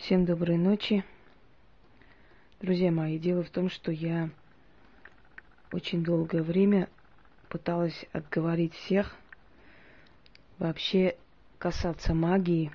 Всем доброй ночи. Друзья мои, дело в том, что я очень долгое время пыталась отговорить всех вообще касаться магии,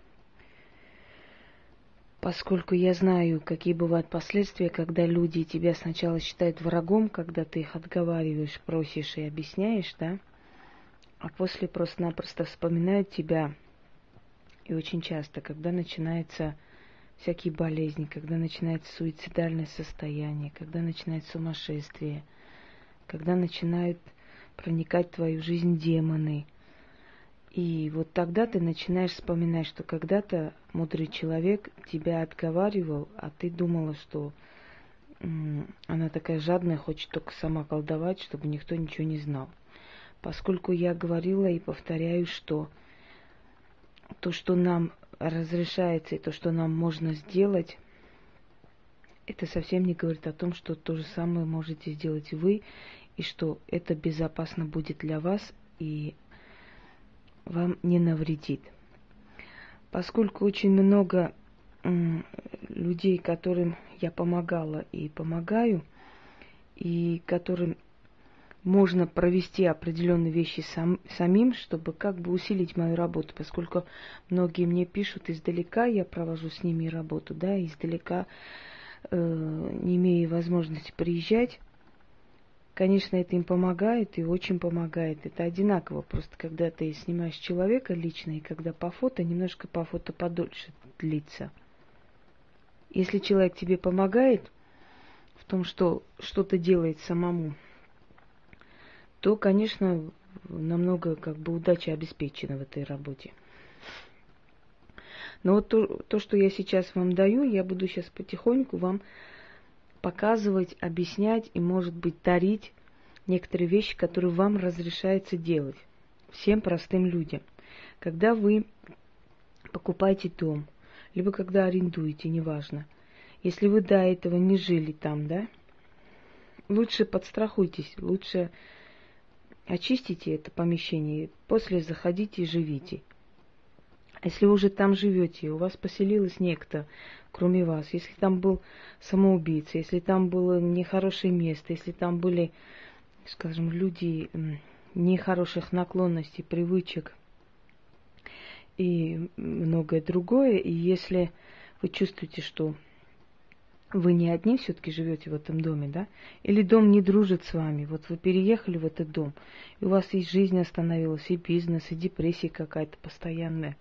поскольку я знаю, какие бывают последствия, когда люди тебя сначала считают врагом, когда ты их отговариваешь, просишь и объясняешь, да, а после просто-напросто вспоминают тебя. И очень часто, когда начинается всякие болезни, когда начинается суицидальное состояние, когда начинается сумасшествие, когда начинают проникать в твою жизнь демоны. И вот тогда ты начинаешь вспоминать, что когда-то мудрый человек тебя отговаривал, а ты думала, что она такая жадная, хочет только сама колдовать, чтобы никто ничего не знал. Поскольку я говорила и повторяю, что то, что нам разрешается и то, что нам можно сделать, это совсем не говорит о том, что то же самое можете сделать вы, и что это безопасно будет для вас и вам не навредит. Поскольку очень много людей, которым я помогала и помогаю, и которым можно провести определенные вещи самим, чтобы как бы усилить мою работу, поскольку многие мне пишут издалека, я провожу с ними работу, да, издалека, не имея возможности приезжать. Конечно, это им помогает и очень помогает. Это одинаково, просто когда ты снимаешь человека лично, и когда по фото, немножко по фото подольше длится. Если человек тебе помогает в том, что что-то делает самому, то, конечно, намного как бы удача обеспечена в этой работе. Но вот то, что я сейчас вам даю, я буду сейчас потихоньку вам показывать, объяснять и, может быть, дарить некоторые вещи, которые вам разрешается делать, всем простым людям. Когда вы покупаете дом, либо когда арендуете, неважно, если вы до этого не жили там, да, лучше подстрахуйтесь, лучше очистите это помещение, после заходите и живите. Если вы уже там живете, у вас поселилось некто, кроме вас, если там был самоубийца, если там было нехорошее место, если там были, скажем, люди нехороших наклонностей, привычек и многое другое, и если вы чувствуете, что вы не одни все-таки живете в этом доме, да, или дом не дружит с вами, вот вы переехали в этот дом, и у вас и жизнь остановилась, и бизнес, и депрессия какая-то постоянная.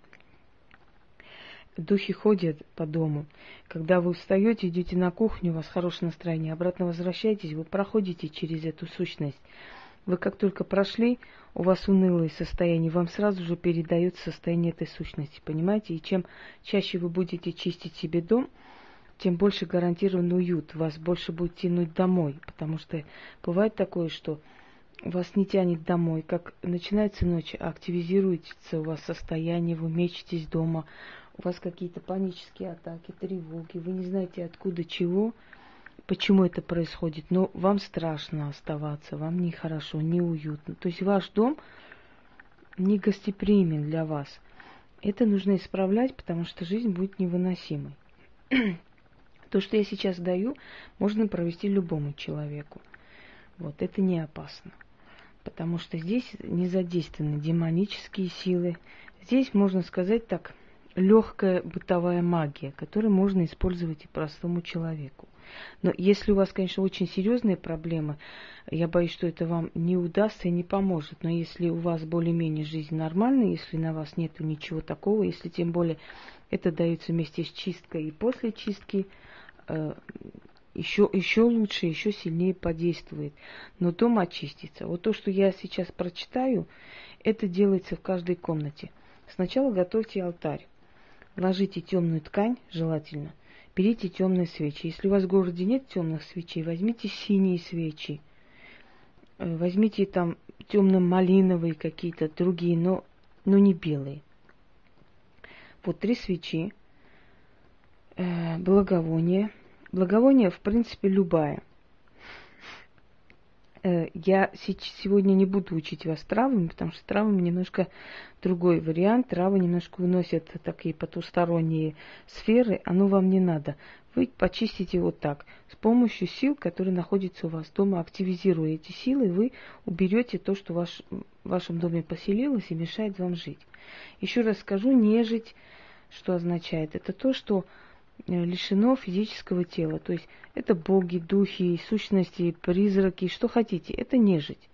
Духи ходят по дому. Когда вы встаете, идете на кухню, у вас хорошее настроение, обратно возвращаетесь, вы проходите через эту сущность. Вы как только прошли, у вас унылое состояние, вам сразу же передается состояние этой сущности, понимаете? И чем чаще вы будете чистить себе дом, тем больше гарантирован уют, вас больше будет тянуть домой, потому что бывает такое, что вас не тянет домой, как начинается ночь, активизируется у вас состояние, вы мечетесь дома, у вас какие-то панические атаки, тревоги, вы не знаете откуда, чего, почему это происходит, но вам страшно оставаться, вам нехорошо, неуютно. То есть ваш дом не гостеприимен для вас. Это нужно исправлять, потому что жизнь будет невыносимой. То, что я сейчас даю, можно провести любому человеку. Вот, это не опасно. Потому что здесь не задействованы демонические силы. Здесь, можно сказать так, легкая бытовая магия, которую можно использовать и простому человеку. Но если у вас, конечно, очень серьезные проблемы, я боюсь, что это вам не удастся и не поможет. Но если у вас более-менее жизнь нормальная, если на вас нет ничего такого, если тем более это дается вместе с чисткой и после чистки, еще лучше, еще сильнее подействует. Но дом очистится. Вот то, что я сейчас прочитаю, это делается в каждой комнате. Сначала готовьте алтарь. Ложите темную ткань, желательно. Берите темные свечи. Если у вас в городе нет темных свечей, возьмите синие свечи. Возьмите там темно-малиновые какие-то другие, но не белые. Вот 3 свечи. Благовоние. Благовоние, в принципе, любая. Я сегодня не буду учить вас травами, потому что травами немножко другой вариант. Травы немножко уносят такие потусторонние сферы, оно вам не надо. Вы почистите вот так, с помощью сил, которые находятся у вас дома, активизируя эти силы, вы уберете то, что в вашем доме поселилось и мешает вам жить. Еще раз скажу, нежить, что означает? Это то, что лишено физического тела. То есть это боги, духи, сущности, призраки, что хотите. Это нежить.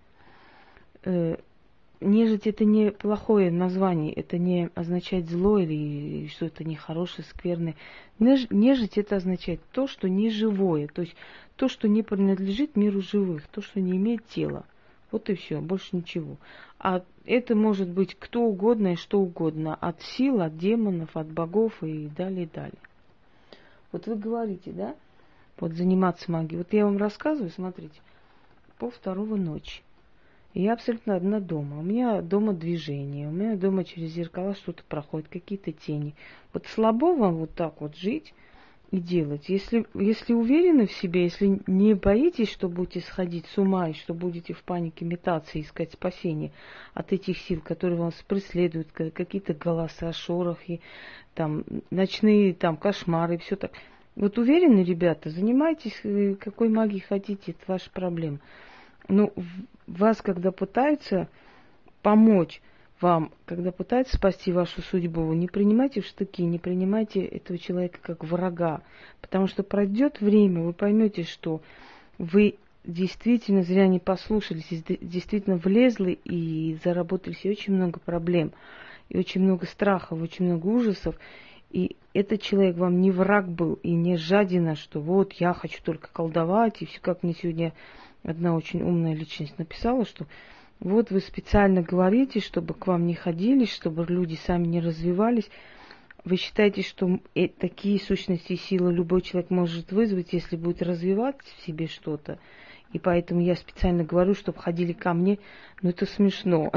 Нежить это не плохое название, это не означает зло или что-то нехорошее, скверное. Нежить это означает то, что не живое, то есть то, что не принадлежит миру живых, то, что не имеет тела. Вот и все, больше ничего. А это может быть кто угодно и что угодно. От сил, от демонов, от богов и далее, и далее. Вот вы говорите, да? Вот заниматься магией. Вот я вам рассказываю, смотрите, полвторого ночи. И я абсолютно одна дома. У меня дома движение, у меня дома через зеркала что-то проходит, какие-то тени. Вот слабо вам вот так вот жить и делать. Если уверены в себе, если не боитесь, что будете сходить с ума и что будете в панике метаться и искать спасение от этих сил, которые вас преследуют, какие-то голоса, шорохи, там, ночные там, кошмары и все так. Вот уверены, ребята, занимайтесь какой магией хотите, это ваша проблема. Но вас, когда пытаются помочь вам, когда пытаются спасти вашу судьбу, не принимайте в штыки, не принимайте этого человека как врага. Потому что пройдет время, вы поймете, что вы действительно зря не послушались, действительно влезли и заработали себе очень много проблем, и очень много страхов, очень много ужасов. И этот человек вам не враг был, и не жадина, что вот я хочу только колдовать, и все, как мне сегодня одна очень умная личность написала, что вот вы специально говорите, чтобы к вам не ходили, чтобы люди сами не развивались. Вы считаете, что такие сущности и силы любой человек может вызвать, если будет развивать в себе что-то. И поэтому я специально говорю, чтобы ходили ко мне. Но это смешно.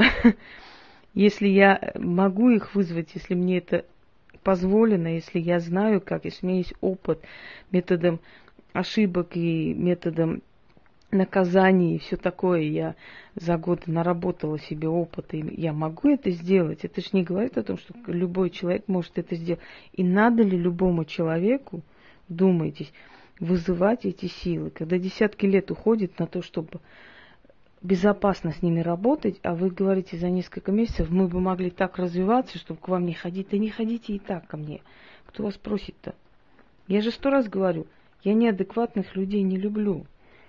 Если я могу их вызвать, если мне это позволено, если я знаю как, если у меня есть опыт методом ошибок и методом наказаний и все такое, я за годы наработала себе опыт, и я могу это сделать. Это же не говорит о том, что любой человек может это сделать. И надо ли любому человеку, вдумайтесь, вызывать эти силы, когда десятки лет уходит на то, чтобы безопасно с ними работать, а вы говорите, за несколько месяцев мы бы могли так развиваться, чтобы к вам не ходить. Да не ходите и так ко мне. Кто вас просит-то? Я же 100 раз говорю, я неадекватных людей не люблю.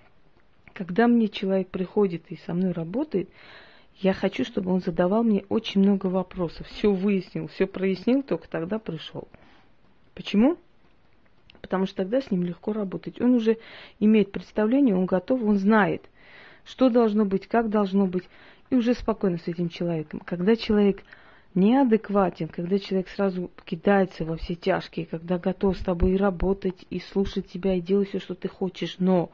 Когда мне человек приходит и со мной работает, я хочу, чтобы он задавал мне очень много вопросов. Все выяснил, все прояснил, только тогда пришел. Почему? Потому что тогда с ним легко работать. Он уже имеет представление, он готов, он знает, что должно быть, как должно быть, и уже спокойно с этим человеком. Когда человек неадекватен, когда человек сразу кидается во все тяжкие, когда готов с тобой и работать, и слушать тебя, и делать все, что ты хочешь, но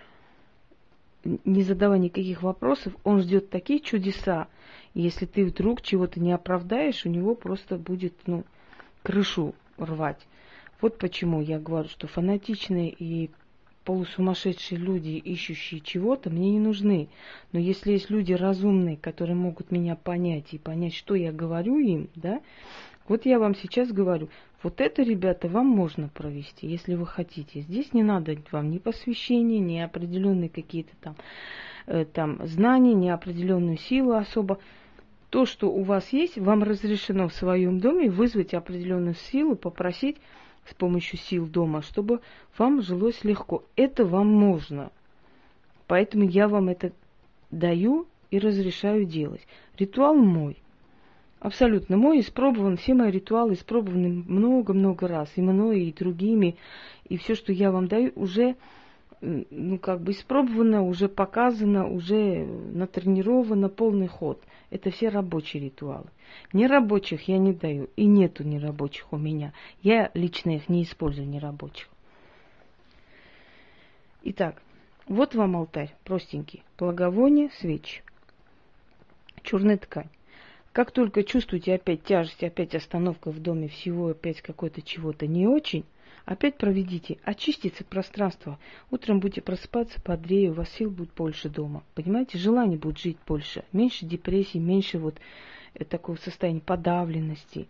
не задавая никаких вопросов, он ждет такие чудеса. И если ты вдруг чего-то не оправдаешь, у него просто будет, крышу рвать. Вот почему я говорю, что фанатичные и полусумасшедшие люди, ищущие чего-то, мне не нужны. Но если есть люди разумные, которые могут меня понять и понять, что я говорю им, да, вот я вам сейчас говорю, вот это, ребята, вам можно провести, если вы хотите. Здесь не надо вам ни посвящения, ни определенные какие-то там знания, ни определенную силу особо. То, что у вас есть, вам разрешено в своем доме вызвать определенную силу, попросить с помощью сил дома, чтобы вам жилось легко. Это вам можно. Поэтому я вам это даю и разрешаю делать. Ритуал мой. Абсолютно мой, испробован, все мои ритуалы испробованы много-много раз, и мной, и другими, и все, что я вам даю, уже, испробовано, уже показано, уже натренировано, полный ход. Это все рабочие ритуалы. Нерабочих я не даю, и нету нерабочих у меня. Я лично их не использую, нерабочих. Итак, вот вам алтарь, простенький. Благовоние, свечи, черная ткань. Как только чувствуете опять тяжесть, опять остановка в доме, всего опять какой-то чего-то не очень, опять проведите, очистится пространство. Утром будете просыпаться бодрее, у вас сил будет больше дома. Понимаете, желание будет жить больше, меньше депрессии, меньше вот такого состояния подавленности.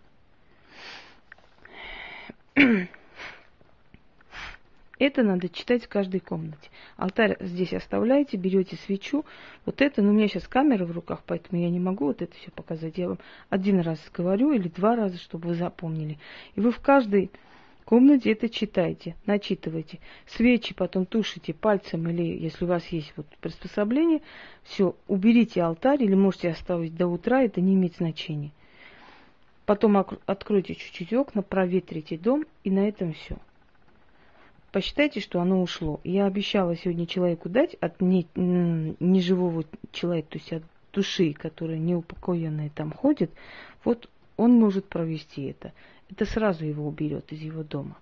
Это надо читать в каждой комнате. Алтарь здесь оставляете, берете свечу. Вот это, у меня сейчас камера в руках, поэтому я не могу вот это все показать. Я вам один раз говорю или два раза, чтобы вы запомнили. И вы в каждой комнате это читайте, начитывайте. Свечи потом тушите пальцем или, если у вас есть вот приспособление, все, уберите алтарь или можете оставить до утра, это не имеет значения. Потом откройте чуть-чуть окна, проветрите дом, и на этом все. Посчитайте, что оно ушло. Я обещала сегодня человеку дать от неживого человека, то есть от души, которая неупокоенная там ходит, вот он может провести это. Это сразу его уберет из его дома.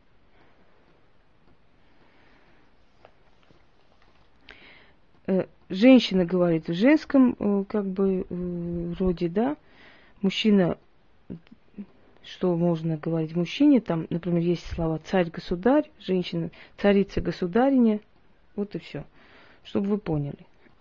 Женщина говорит в женском как бы роде, да, мужчина. Что можно говорить мужчине, там, например, есть слова царь-государь, женщина, царица-государиня, вот и все, чтобы вы поняли.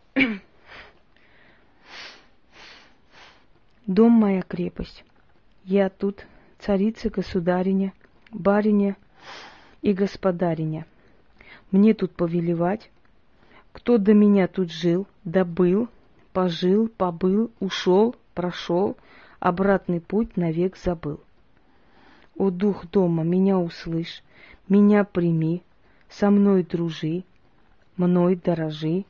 Дом моя крепость, я тут царица-государиня, бариня и господариня. Мне тут повелевать, кто до меня тут жил, добыл, пожил, побыл, ушел, прошел, обратный путь навек забыл. О, дух дома, меня услышь, меня прими, со мной дружи, мной дорожи.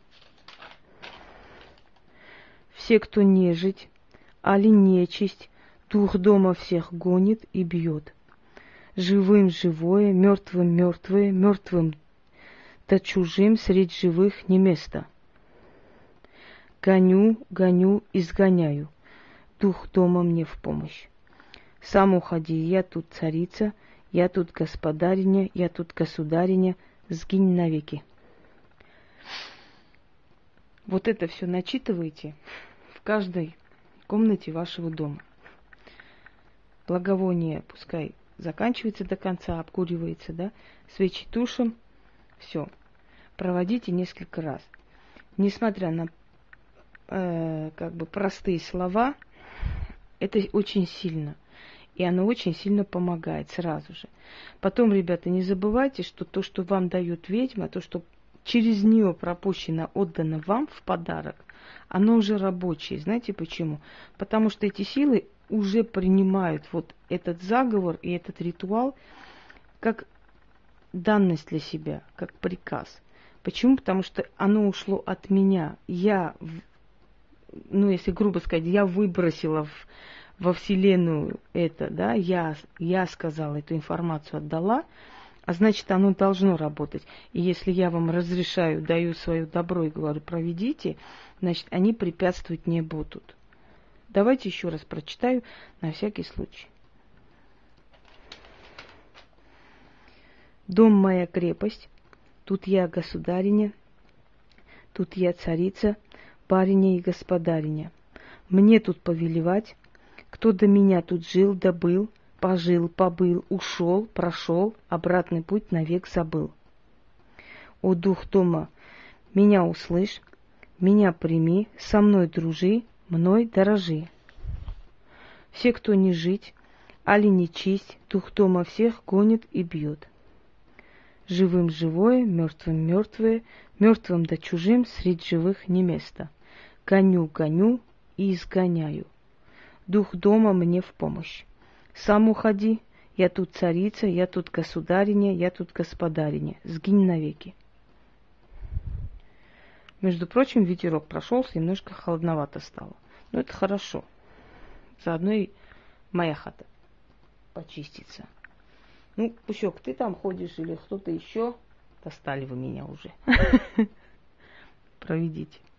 Все, кто нежить, али нечисть, дух дома всех гонит и бьет. Живым живое, мертвым мертвое, мертвым да чужим средь живых не место. Гоню, гоню, изгоняю, дух дома мне в помощь. Сам уходи, я тут царица, я тут господариня, я тут государиня, сгинь навеки. Вот это все начитывайте в каждой комнате вашего дома. Благовоние пускай заканчивается до конца, обкуривается, да, свечи тушим, все. Проводите несколько раз. Несмотря на как бы простые слова, это очень сильно. И оно очень сильно помогает сразу же. Потом, ребята, не забывайте, что то, что вам дает ведьма, то, что через нее пропущено, отдано вам в подарок, оно уже рабочее. Знаете почему? Потому что эти силы уже принимают вот этот заговор и этот ритуал как данность для себя, как приказ. Почему? Потому что оно ушло от меня. Я, если грубо сказать, я выбросила во Вселенную это, да, я сказала, эту информацию отдала, а значит, оно должно работать. И если я вам разрешаю, даю свое добро и говорю, проведите, значит, они препятствовать не будут. Давайте еще раз прочитаю на всякий случай. Дом моя крепость, тут я государиня, тут я царица, бариня и господариня. Мне тут повелевать, кто до меня тут жил, добыл, пожил, побыл, ушел, прошел, обратный путь навек забыл. О, дух дома, меня услышь, меня прими, со мной дружи, мной дорожи. Все, кто не жить, али не честь, дух дома всех гонит и бьет. Живым живое, мертвым мертвое, мертвым да чужим средь живых не место. Гоню, гоню и изгоняю. Дух дома мне в помощь. Сам уходи, я тут царица, я тут государиня, я тут господариня. Сгинь навеки. Между прочим, ветерок прошелся, немножко холодновато стало. Но это хорошо. Заодно и моя хата почистится. Пусек, ты там ходишь или кто-то еще? Достали вы меня уже. Проведите.